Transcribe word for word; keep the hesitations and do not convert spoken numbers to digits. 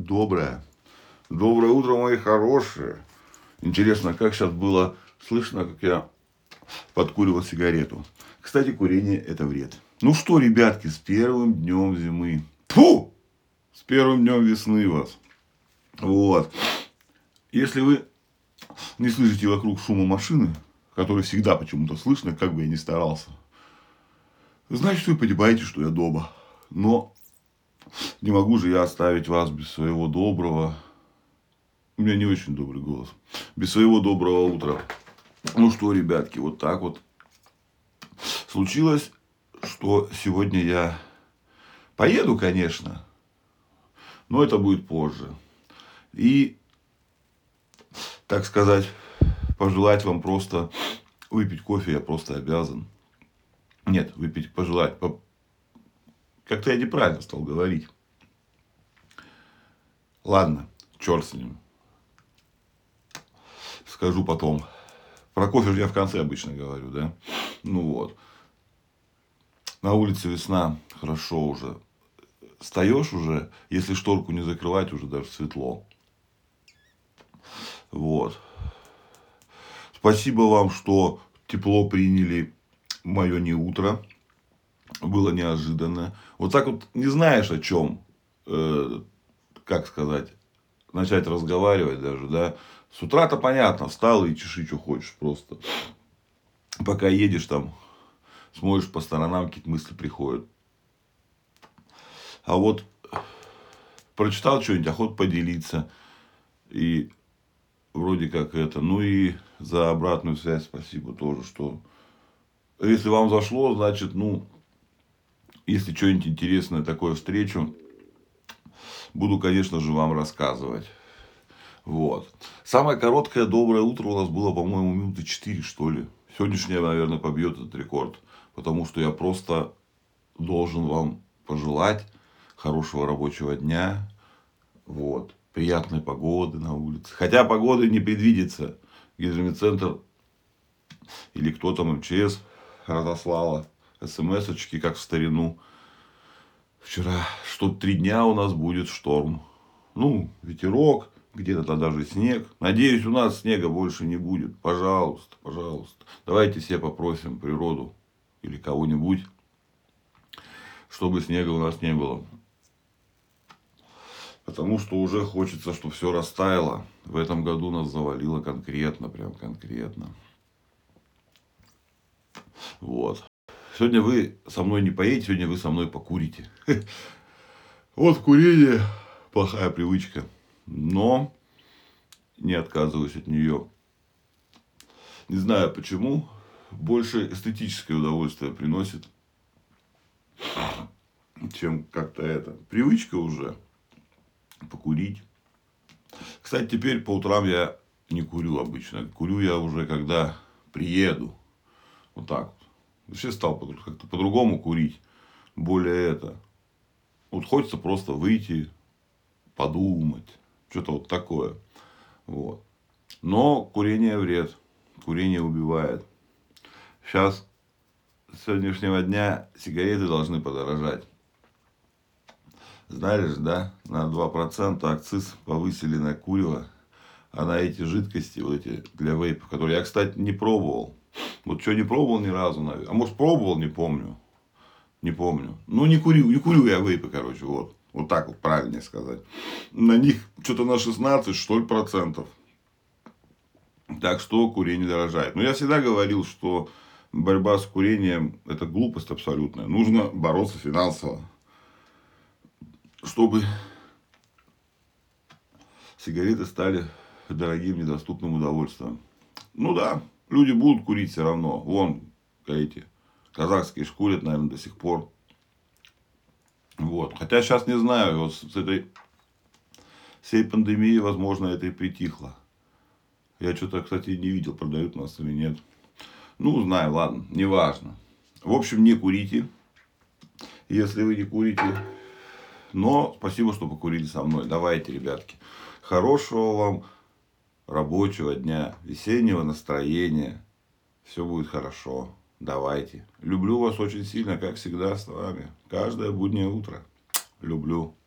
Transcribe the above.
Доброе. Доброе утро, мои хорошие. Интересно, как сейчас было слышно, как я подкуривал сигарету. Кстати, курение – это вред. Ну что, ребятки, с первым днем зимы. Фу! С первым днем весны вас. Вот. Если вы не слышите вокруг шума машины, который всегда почему-то слышно, как бы я ни старался, значит, вы понимаете, что я дома. Но не могу же я оставить вас без своего доброго. У меня не очень добрый голос. Без своего доброго утра. Ну что, ребятки, вот так вот. Случилось, что сегодня я поеду, конечно, но это будет позже. И, так сказать, пожелать вам просто выпить кофе я просто обязан. Нет, выпить, пожелать. Как-то я неправильно стал говорить. Ладно, черт с ним. Скажу потом. Про кофе же я в конце обычно говорю, да? Ну вот. На улице весна, хорошо уже. Встаешь уже, если шторку не закрывать, уже даже светло. Вот. Спасибо вам, что тепло приняли мое не утро. Было неожиданно. Вот так вот не знаешь о чем, э, как сказать, начать разговаривать даже, да. С утра-то понятно, встал и чеши, что хочешь просто. Пока едешь там, смотришь по сторонам, какие-то мысли приходят. А вот прочитал что-нибудь, охота поделиться. И вроде как это. Ну и за обратную связь спасибо тоже, что если вам зашло, значит, ну, если что-нибудь интересное такое встречу, буду, конечно же, вам рассказывать. Вот. Самое короткое доброе утро у нас было, по-моему, минуты четыре, что ли. Сегодняшнее, наверное, побьет этот рекорд. Потому что я просто должен вам пожелать хорошего рабочего дня. Вот. Приятной погоды на улице. Хотя погоды не предвидится. Гидромедцентр или кто там, МЧС разослала смс-очки, как в старину. Вчера, что три дня у нас будет шторм. Ну, ветерок, где-то даже снег. Надеюсь, у нас снега больше не будет. Пожалуйста, пожалуйста. Давайте все попросим природу или кого-нибудь, чтобы снега у нас не было. Потому что уже хочется, чтобы все растаяло. В этом году нас завалило конкретно, прям конкретно. Вот. Сегодня вы со мной не поедете, сегодня вы со мной покурите. Вот курение плохая привычка. Но не отказываюсь от нее. Не знаю почему. Больше эстетическое удовольствие приносит, чем как-то это. Привычка уже покурить. Кстати, теперь по утрам я не курю обычно. Курю я уже когда приеду. Вот так вот. Вообще стал как-то по-другому курить. Более это. Вот хочется просто выйти, подумать. Что-то вот такое. Вот. Но курение вред. Курение убивает. Сейчас с сегодняшнего дня сигареты должны подорожать. Знали же, да? На два процента акциз повысили на курево. А на эти жидкости, вот эти для вейпа, которые я, кстати, не пробовал. Вот что не пробовал ни разу, наверное. А может пробовал, не помню. Не помню. Ну не курю, не курю я вейпы, короче, вот. Вот так вот правильнее сказать. На них что-то на шестнадцать, что ли, процентов. Так что курение дорожает. Но я всегда говорил, что борьба с курением – это глупость абсолютная. Нужно бороться финансово. Чтобы сигареты стали дорогим, недоступным удовольствием. Ну да, люди будут курить все равно. Вон, эти казахские шкурят, наверное, до сих пор. Вот. Хотя сейчас не знаю, вот с этой всей пандемией, возможно, это и притихло. Я что-то, кстати, не видел, продают нас или нет. Ну, знаю, ладно, неважно. В общем, не курите, если вы не курите. Но спасибо, что покурили со мной. Давайте, ребятки. Хорошего вам рабочего дня, весеннего настроения. Все будет хорошо. Давайте. Люблю вас очень сильно, как всегда с вами. Каждое буднее утро. Люблю.